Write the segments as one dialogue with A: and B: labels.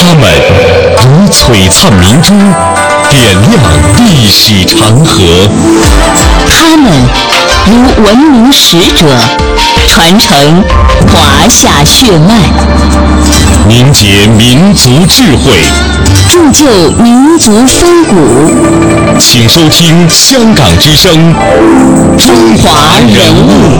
A: 他们如璀璨明珠，点亮历史长河；
B: 他们如文明使者，传承华夏血脉，
A: 凝结民族智慧，
B: 铸就民族风骨。
A: 请收听香港之声《中华人物》。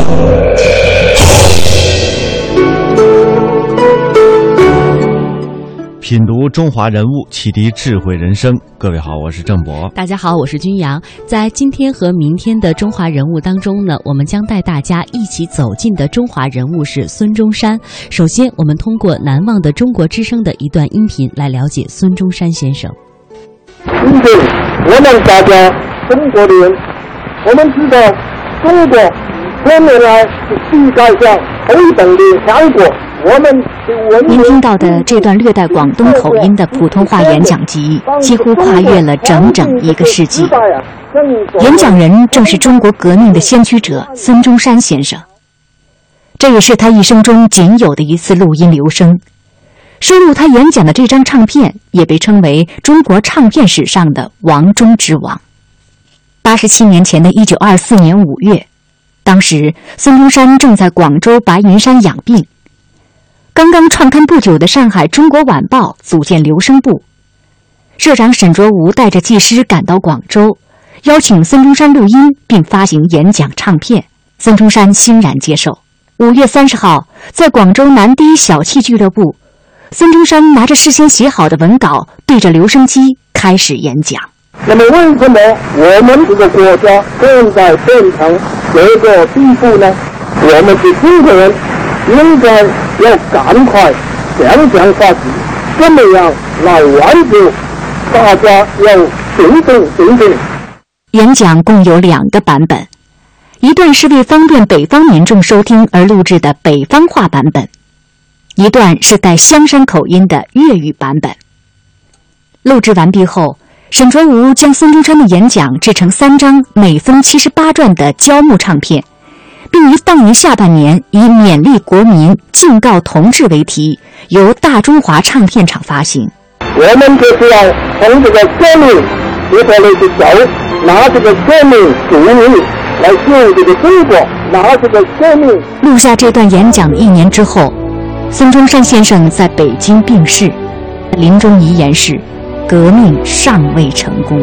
C: 品读中华人物，启迪智慧人生。各位好，我是郑博。
D: 大家好，我是君阳。在今天和明天的中华人物当中呢，我们将带大家一起走进的中华人物是孙中山。首先，我们通过难忘的中国之声的一段音频来了解孙中山先生。
E: 今天我们大家中国人，我们知道中国多年来是世界上头等的强国。
F: 您听到的这段略带广东口音的普通话演讲集，几乎跨越了整整一个世纪。演讲人正是中国革命的先驱者孙中山先生，这也是他一生中仅有的一次录音留声。收录他演讲的这张唱片也被称为中国唱片史上的王中之王。87年前的1924年5月，当时孙中山正在广州白云山养病。刚刚创刊不久的上海《中国晚报》组建留声部，社长沈卓吾带着技师赶到广州，邀请孙中山录音并发行演讲唱片。孙中山欣然接受。5月30号，在广州南堤小憩俱乐部，孙中山拿着事先写好的文稿，对着留声机开始演讲。
E: 那么为什么我们这个国家现在变成这个地步呢？我们是中国人，应该要赶快想想法子，怎么样来挽救？大家要行动。
F: 演讲共有2个版本，一段是为方便北方民众收听而录制的北方话版本，一段是带香山口音的粤语版本。录制完毕后，沈卓吾将孙中山的演讲制成3张每分78转的胶木唱片，并于当年下半年以勉励国民、敬告同志为题，由大中华唱片厂发行。
E: 我们就是要从这个革命接下来去走，拿这个革命主义来救这个中国，拿这个革命。
F: 录下这段演讲的1年之后，孙中山先生在北京病逝，临终遗言是：革命尚未成功。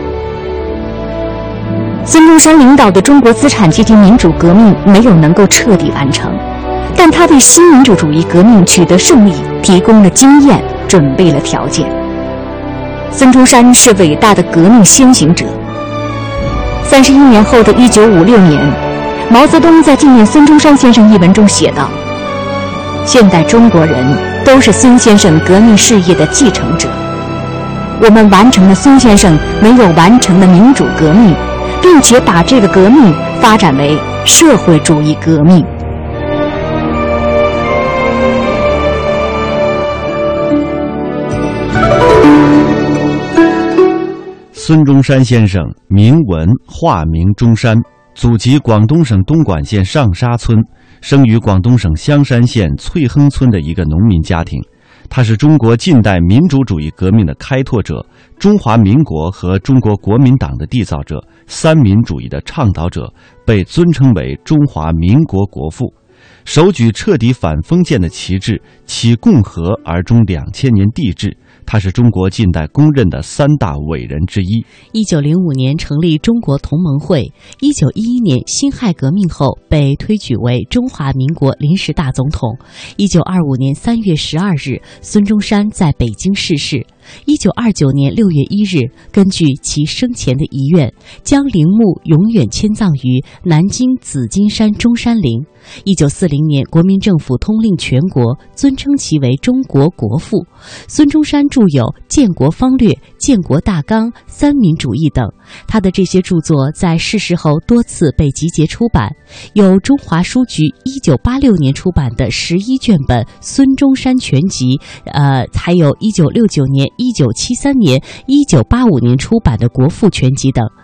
F: 孙中山领导的中国资产阶级民主革命没有能够彻底完成，但他为新民主主义革命取得胜利提供了经验，准备了条件。孙中山是伟大的革命先行者。31年后的1956年，毛泽东在纪念孙中山先生一文中写道：现代中国人都是孙先生革命事业的继承者，我们完成了孙先生没有完成的民主革命，并且把这个革命发展为社会主义革命。
C: 孙中山先生名文，化名中山，祖籍广东省东莞县上沙村，生于广东省香山县翠亨村的一个农民家庭。他是中国近代民主主义革命的开拓者，中华民国和中国国民党的缔造者，三民主义的倡导者，被尊称为中华民国国父。手举彻底反封建的旗帜，起共和而终2000年帝制。他是中国近代公认的3大伟人之一。
D: 1905年成立中国同盟会，1911年辛亥革命后被推举为中华民国临时大总统。1925年3月12日，孙中山在北京逝世。1929年6月1日，根据其生前的遗愿，将陵墓永远迁葬于南京紫金山中山陵。1940年，国民政府通令全国，尊称其为中国国父。孙中山著有《建国方略》《建国大纲》《三民主义》等，他的这些著作在逝世后多次被集结出版，有中华书局1986年出版的11卷本《孙中山全集》，还有1969年、1973年、1985年出版的《国父全集》等。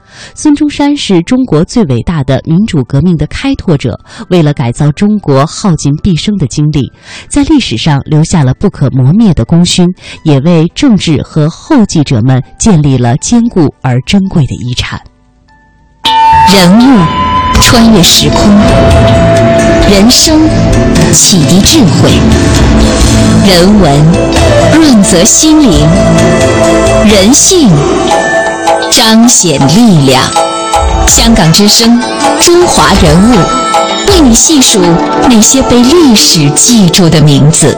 D: 孙中山是中国最伟大的民主革命的开拓者，为了改造中国耗尽毕生的精力，在历史上留下了不可磨灭的功勋，也为政治和后继者们建立了坚固而珍贵的遗产。
B: 人物穿越时空，人生启迪智慧，人文润泽心灵，人性彰显力量。香港之声，中华人物，为你细数那些被历史记住的名字。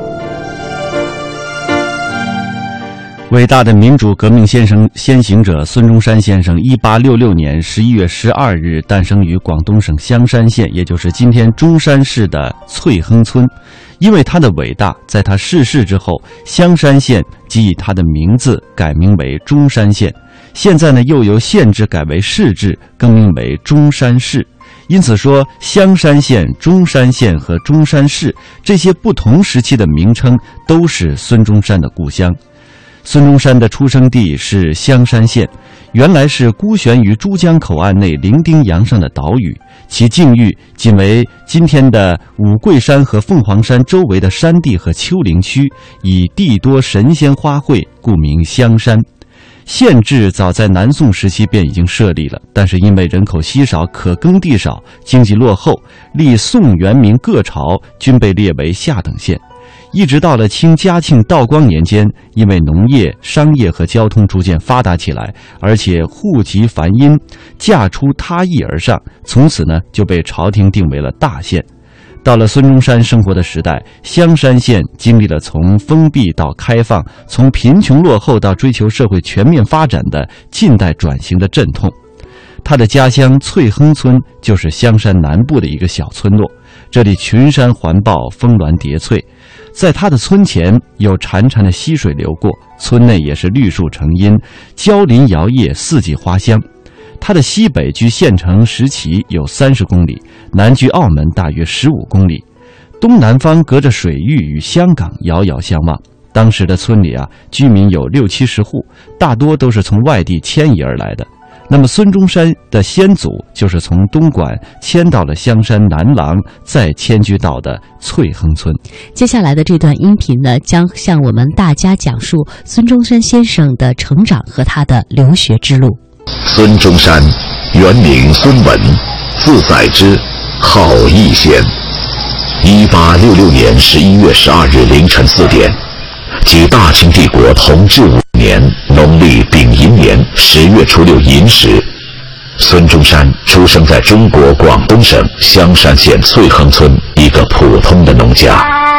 C: 伟大的民主革命先行者孙中山先生，1866年11月12日诞生于广东省香山县，也就是今天中山市的翠亨村。因为他的伟大，在他逝世之后，香山县即以他的名字改名为中山县。现在呢，又由县制改为市制，更名为中山市。因此说，香山县、中山县和中山市这些不同时期的名称，都是孙中山的故乡。孙中山的出生地是香山县，原来是孤悬于珠江口岸内伶仃洋上的岛屿，其境域仅为今天的五桂山和凤凰山周围的山地和丘陵区，以地多神仙花卉，故名香山。县制早在南宋时期便已经设立了，但是因为人口稀少，可耕地少，经济落后，历宋元明各朝均被列为下等县。一直到了清嘉庆、道光年间，因为农业、商业和交通逐渐发达起来，而且户籍繁殷，嫁出他邑而上，从此呢就被朝廷定为了大县。到了孙中山生活的时代，香山县经历了从封闭到开放，从贫穷落后到追求社会全面发展的近代转型的阵痛。他的家乡翠亨村就是香山南部的一个小村落，这里群山环抱，峰峦叠翠。在他的村前有潺潺的溪水流过，村内也是绿树成荫，蕉林摇曳，四季花香。它的西北距县城石岐有30公里，南距澳门大约15公里，东南方隔着水域与香港遥遥相望。当时的村里居民有60-70户，大多都是从外地迁移而来的。那么孙中山的先祖就是从东莞迁到了香山南廊，再迁居到的翠亨村。
D: 接下来的这段音频呢，将向我们大家讲述孙中山先生的成长和他的留学之路。
A: 孙中山，原名孙文，字载之，号逸仙。1866年11月12日凌晨4点，即大清帝国同治5年农历丙寅年10月初6寅时，孙中山出生在中国广东省香山县翠亨村一个普通的农家。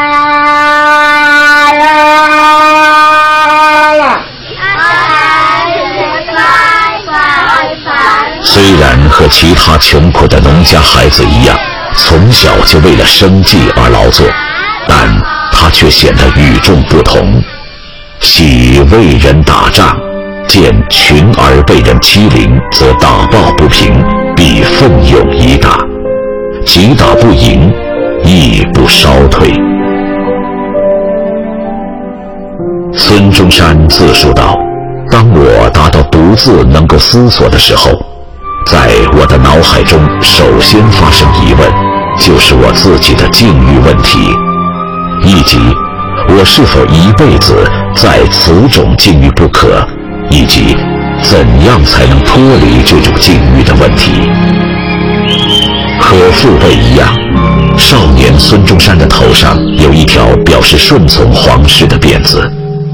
A: 虽然和其他穷苦的农家孩子一样，从小就为了生计而劳作，但他却显得与众不同。喜为人打仗，见群儿被人欺凌，则打抱不平，必奋勇以打，击打不赢，亦不稍退。孙中山自述道：当我达到独自能够思索的时候，在我的脑海中首先发生疑问，就是我自己的境遇问题，以及我是否一辈子在此种境遇不可，以及怎样才能脱离这种境遇的问题。和父辈一样，少年孙中山的头上有一条表示顺从皇室的辫子。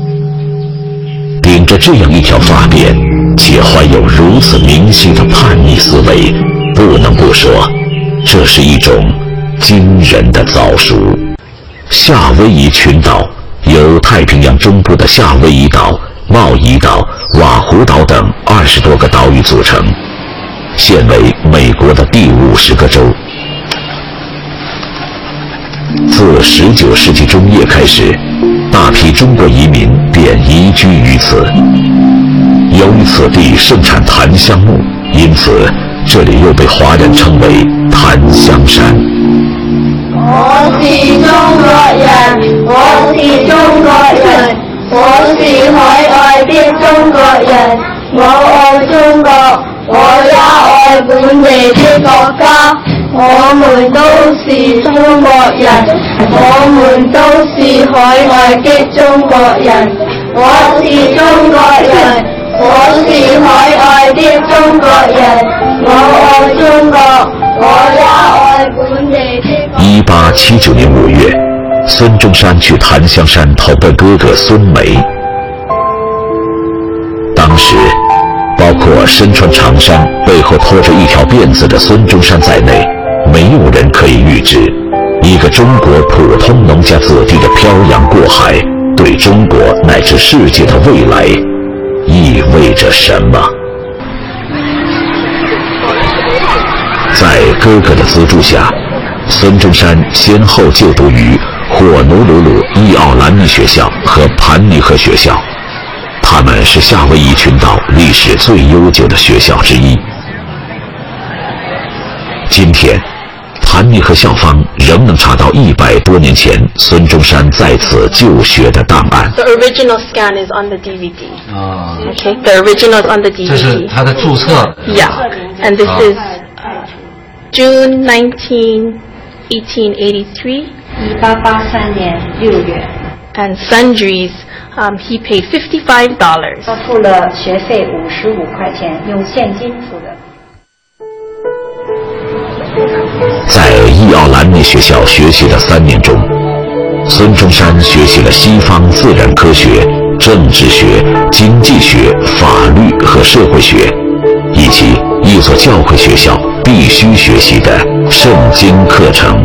A: 顶着这样一条发辫，且怀有如此明晰的叛逆思维，不能不说，这是一种惊人的早熟。夏威夷群岛由太平洋中部的夏威夷岛、茂宜岛、瓦胡岛等20多个岛屿组成，现为美国的第50个州。自19世纪中叶开始，大批中国移民便移居于此。由于此地盛产檀香木，因此这里又被华人称为檀香山。
G: 我是中國人，我是中國人，我是海外的中國人，我愛中國， 我也愛本地的國家，我們都是中國人，我們都是海外的中國人，我是中國人，我是海外的中國人，我愛中國，我也愛本地的。
A: 1879年5月，孙中山去檀香山投奔哥哥孙眉。当时，包括身穿长衫、背后拖着一条辫子的孙中山在内，没有人可以预知，一个中国普通农家子弟的漂洋过海，对中国乃至世界的未来意味着什么。在哥哥的资助下，孙中山先后就读于霍努鲁鲁伊奥兰尼学校和盘尼赫学校，他们是夏威夷群岛历史最悠久的学校之一。今天，盘尼赫校方仍能查到100多年前孙中山在此就学的档案。
H: The original scan is on the DVD. Okay, the original is on the DVD.
I: 这是他的注册。
H: Yeah, and this is June 19, 1883.
J: 1883年6月。
H: And sundries, he paid $55.
J: 他付了学费55块钱，用现金付的。
A: 在伊奥兰尼学校学习的3年中，孙中山学习了西方自然科学、政治学、经济学、法律和社会学，以及一所教会学校必须学习的圣经课程。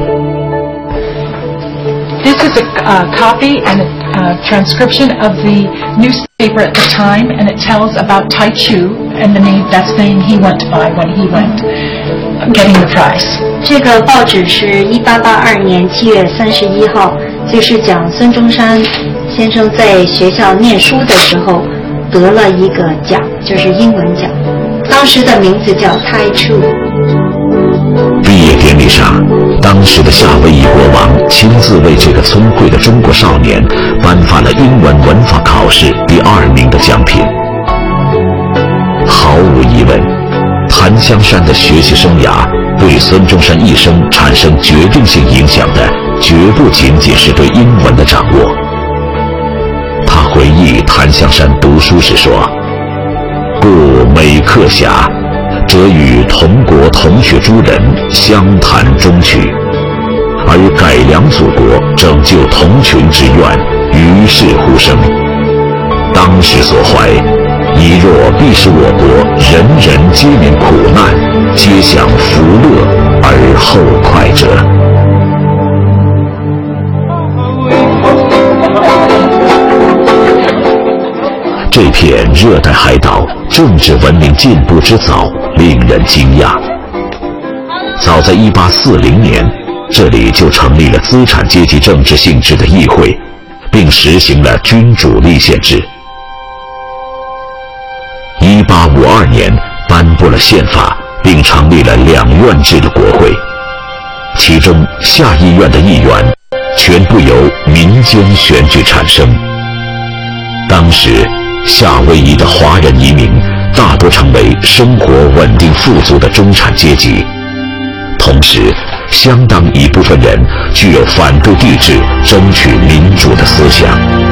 K: This is a copy and a transcription of the newspaper at the time, and it tells about Tai Chu and the best name he went by when he went getting the prize.
J: 这个报纸是1882年7月31号，就是讲孙中山先生在学校念书的时候得了一个奖，就是英文奖，当时的名字叫 Tai Chu。
A: 毕业典礼上，当时的夏威夷国王亲自为这个聪慧的中国少年颁发了英文文法考试第2名的奖品。毫无疑问，檀香山的学习生涯对孙中山一生产生决定性影响的，绝不仅仅是对英文的掌握。他回忆檀香山读书时说：“故每课暇，则与同国同学诸人相谈中曲，而改良祖国、拯救同群之愿，于是乎生。当时所怀，已若必使我国人人皆免苦难，皆享福乐而后快者。”这片热带海岛政治文明进步之早，令人惊讶。早在1840年，这里就成立了资产阶级政治性质的议会，并实行了君主立宪制。1852年颁布了宪法，并成立了2院制的国会，其中下议院的议员全部由民间选举产生。当时夏威夷的华人移民大多成为生活稳定富足的中产阶级，同时相当一部分人具有反对帝制、争取民主的思想。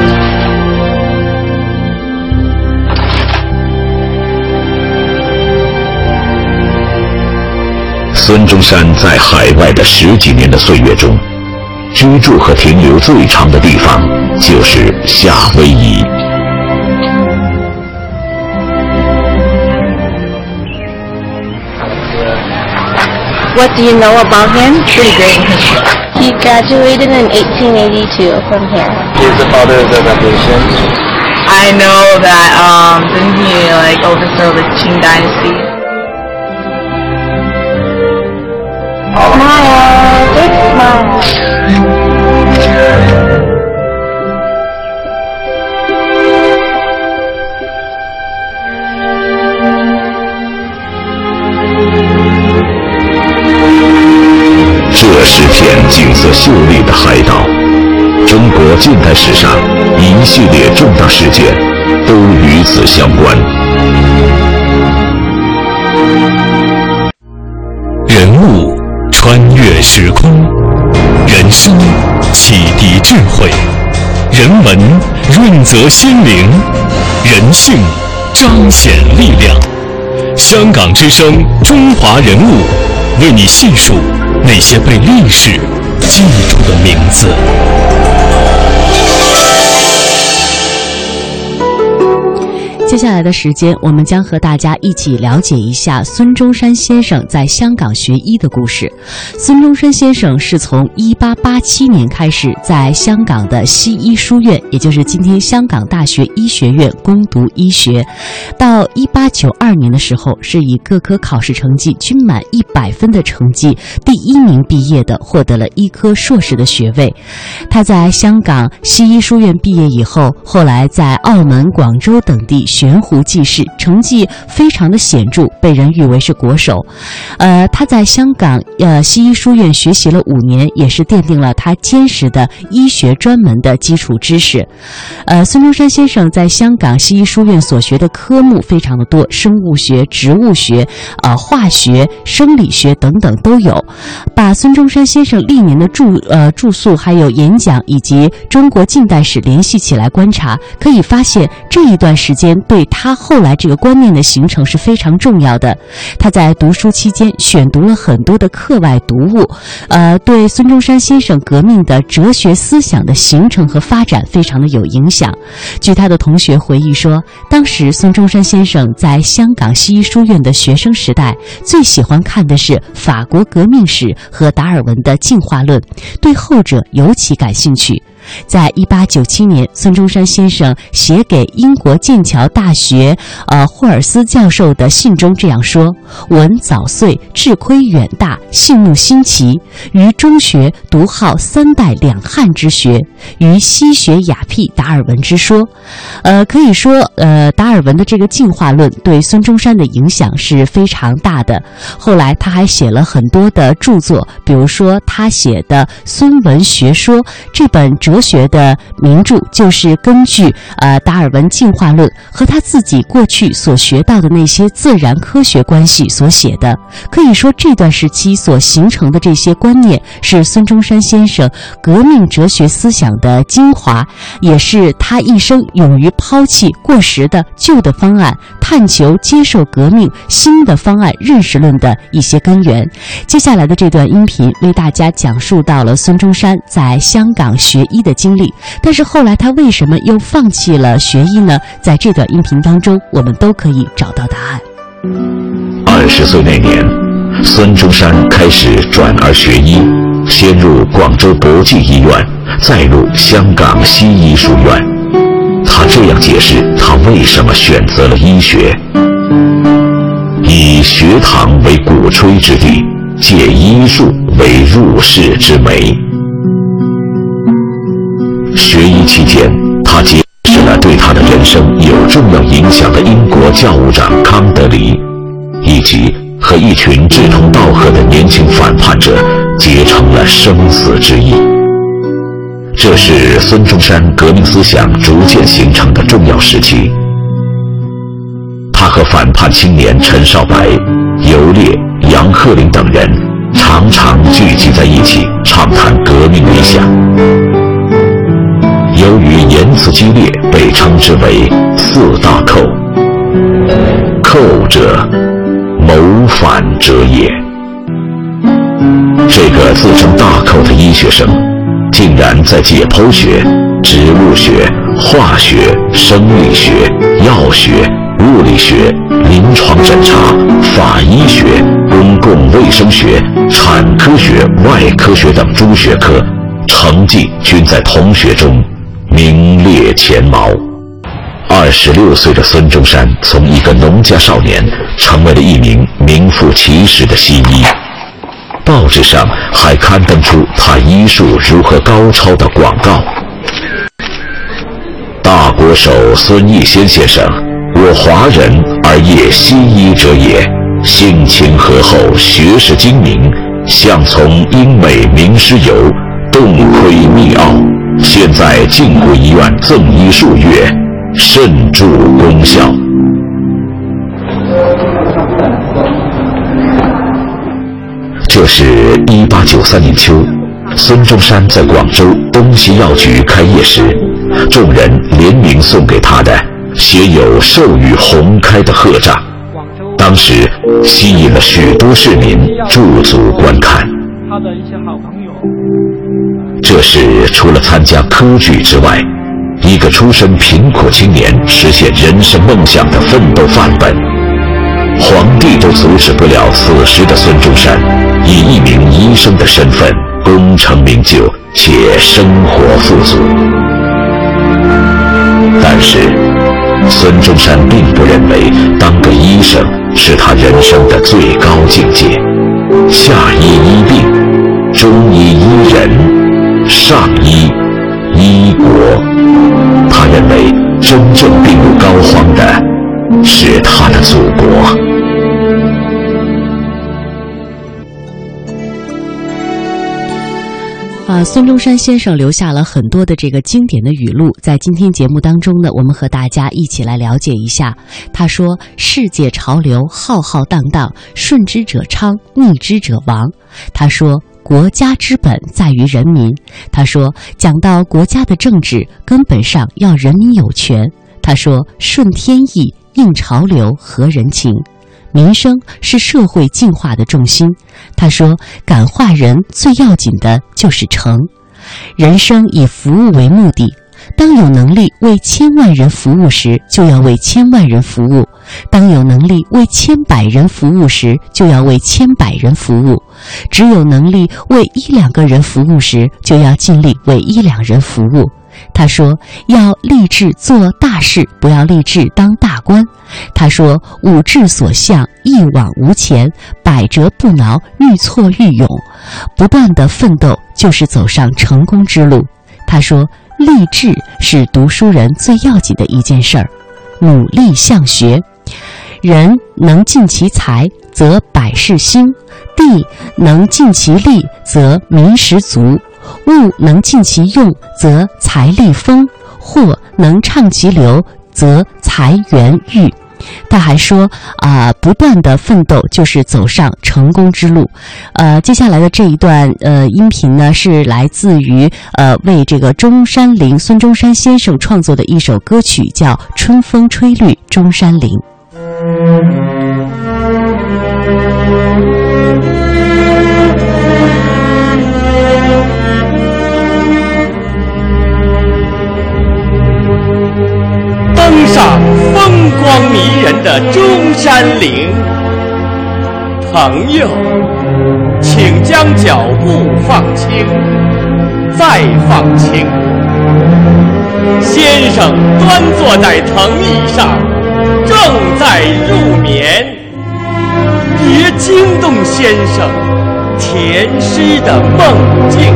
A: 孙中山在海外的10几年的岁月中，居住和停留最长的地方就是夏威夷。
H: What do you know about him?
L: Pretty great.
H: He graduated in 1882 from here.
L: He's the father of the revolution.
M: I know that didn't he overthrow the Qing dynasty?
G: Smile, big smile.
A: 这是片景色秀丽的海岛，中国近代史上一系列重大事件都与此相关。
I: 越时空，人生启迪智慧，人文润泽心灵，人性彰显力量。香港之声，中华人物，为你细数那些被历史记住的名字。
D: 接下来的时间，我们将和大家一起了解一下孙中山先生在香港学医的故事。孙中山先生是从1887年开始在香港的西医书院，也就是今天香港大学医学院攻读医学，到1892年的时候，是以各科考试成绩均满100分的成绩第1名毕业的，获得了医科硕士的学位。他在香港西医书院毕业以后，后来在澳门、广州等地悬壶济世，成绩非常的显著，被人誉为是国手。他在香港西医书院学习了5年，也是奠定了他坚实的医学专门的基础知识。孙中山先生在香港西医书院所学的科目非常的多，生物学、植物学、化学、生理学等等都有。把孙中山先生历年的著述还有演讲以及中国近代史联系起来观察，可以发现这一段时间对他后来这个观念的形成是非常重要的。他在读书期间选读了很多的课外读物，对孙中山先生革命的哲学思想的形成和发展非常的有影响。据他的同学回忆说，当时孙中山先生在香港西医书院的学生时代，最喜欢看的是法国革命史和达尔文的进化论，对后者尤其感兴趣。在1897年，孙中山先生写给英国剑桥大学霍尔斯教授的信中这样说：文早岁，智窥远大，性目新奇，于中学读好3代两汉之学，于西学雅辟达尔文之说。可以说达尔文的这个进化论对孙中山的影响是非常大的。后来他还写了很多的著作，比如说他写的《孙文学说》这本哲学的名著，就是根据达尔文进化论和他自己过去所学到的那些自然科学关系所写的。可以说这段时期所形成的这些观念是孙中山先生革命哲学思想的精华，也是他一生勇于抛弃过时的旧的方案，探求接受革命新的方案认识论的一些根源。接下来的这段音频为大家讲述到了孙中山在香港学医的经历，但是后来他为什么又放弃了学医呢？在这段音频当中，我们都可以找到答案。
A: 20岁那年，孙中山开始转而学医，先入广州博济医院，再入香港西医书院。他这样解释他为什么选择了医学：以学堂为鼓吹之地，借医术为入世之媒。学医期间，他结识了对他的人生有重要影响的英国教务长康德黎，以及和一群志同道合的年轻反叛者结成了生死之谊。这是孙中山革命思想逐渐形成的重要时期。他和反叛青年陈少白、游烈、杨鹤龄等人常常聚集在一起，畅谈革命理想。由于言辞激烈，被称之为4大寇。寇者，谋反者也。这个自称大寇的医学生，竟然在解剖学、植物学、化学、生理学、药学、物理学、临床诊查、法医学、公共卫生学、产科学、外科学等诸学科，成绩均在同学中名列前茅。26岁的孙中山从一个农家少年成为了一名名副其实的西医，报纸上还刊登出他医术如何高超的广告。大国手孙逸仙先生，我华人而业西医者也，性情和厚，学识精明，向从英美名师游，洞窥秘奥，现在靖国医院赠医数月，甚著功效。 这是1893年秋，孙中山在广州东西药局开业时，众人联名送给他的写有寿与红开的贺章，当时吸引了许多市民驻足观看。
N: 他的一些好朋友，
A: 这是除了参加科举之外，一个出身贫苦青年实现人生梦想的奋斗范本。皇帝都阻止不了此时的孙中山，以一名医生的身份功成名就且生活富足。但是孙中山并不认为当个医生是他人生的最高境界。下医医病，中医医人，上医医国。他认为真正病入膏肓的是他的祖国。
D: 孙中山先生留下了很多的这个经典的语录，在今天节目当中呢，我们和大家一起来了解一下。他说：“世界潮流浩浩荡荡，顺之者昌，逆之者亡。”他说：“国家之本在于人民。”他说：“讲到国家的政治，根本上要人民有权。”他说：“顺天意，应潮流，合人情。”民生是社会进化的重心。他说，感化人最要紧的就是诚。人生以服务为目的，当有能力为1000万人服务时，就要为1000万人服务；当有能力为100人服务时，就要为100人服务；只有能力为1、2个人服务时，就要尽力为1、2人服务。他说，要立志做大事，不要立志当大官。他说，吾志所向，一往无前，百折不挠，愈挫愈勇。不断的奋斗就是走上成功之路。他说，立志是读书人最要紧的一件事儿，努力向学。人能尽其才，则百事兴；地能尽其力，则民食足；物能尽其用，则财力丰；货能畅其流，则财源裕。他还说不断的奋斗就是走上成功之路。接下来的这一段音频呢，是来自于为这个中山陵孙中山先生创作的一首歌曲，叫《春风吹绿中山陵》。
O: 登上风光迷人的中山陵，朋友，请将脚步放轻，再放轻。先生端坐在藤椅上，正在入眠。别惊动先生甜诗的梦境，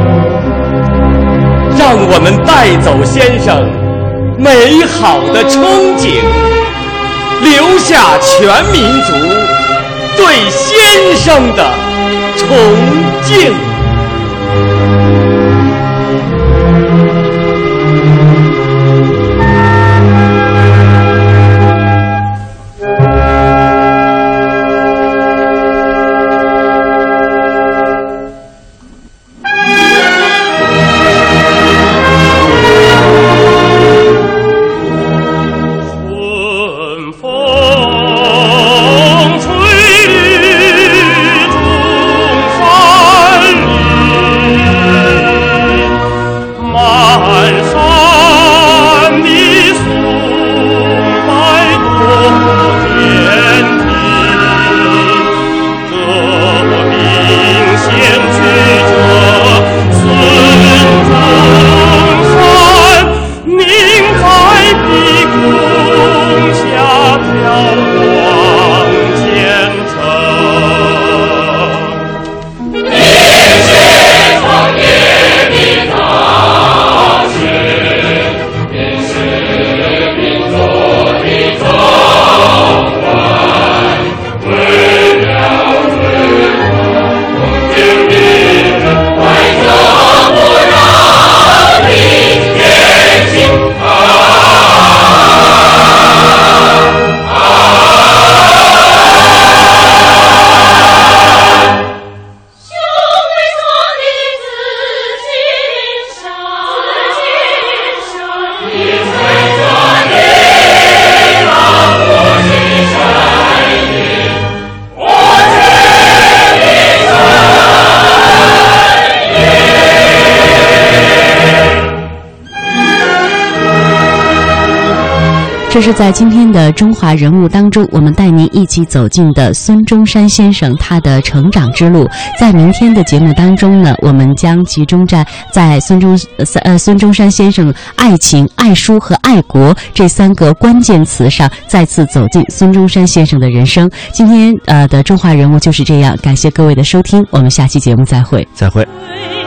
O: 让我们带走先生美好的憧憬，留下全民族对先生的崇敬。
D: 这是在今天的中华人物当中，我们带您一起走进的孙中山先生他的成长之路。在明天的节目当中呢，我们将集中在孙中山先生爱情、爱书和爱国这3个关键词上，再次走进孙中山先生的人生。今天的中华人物就是这样，感谢各位的收听，我们下期节目再会。
C: 再会。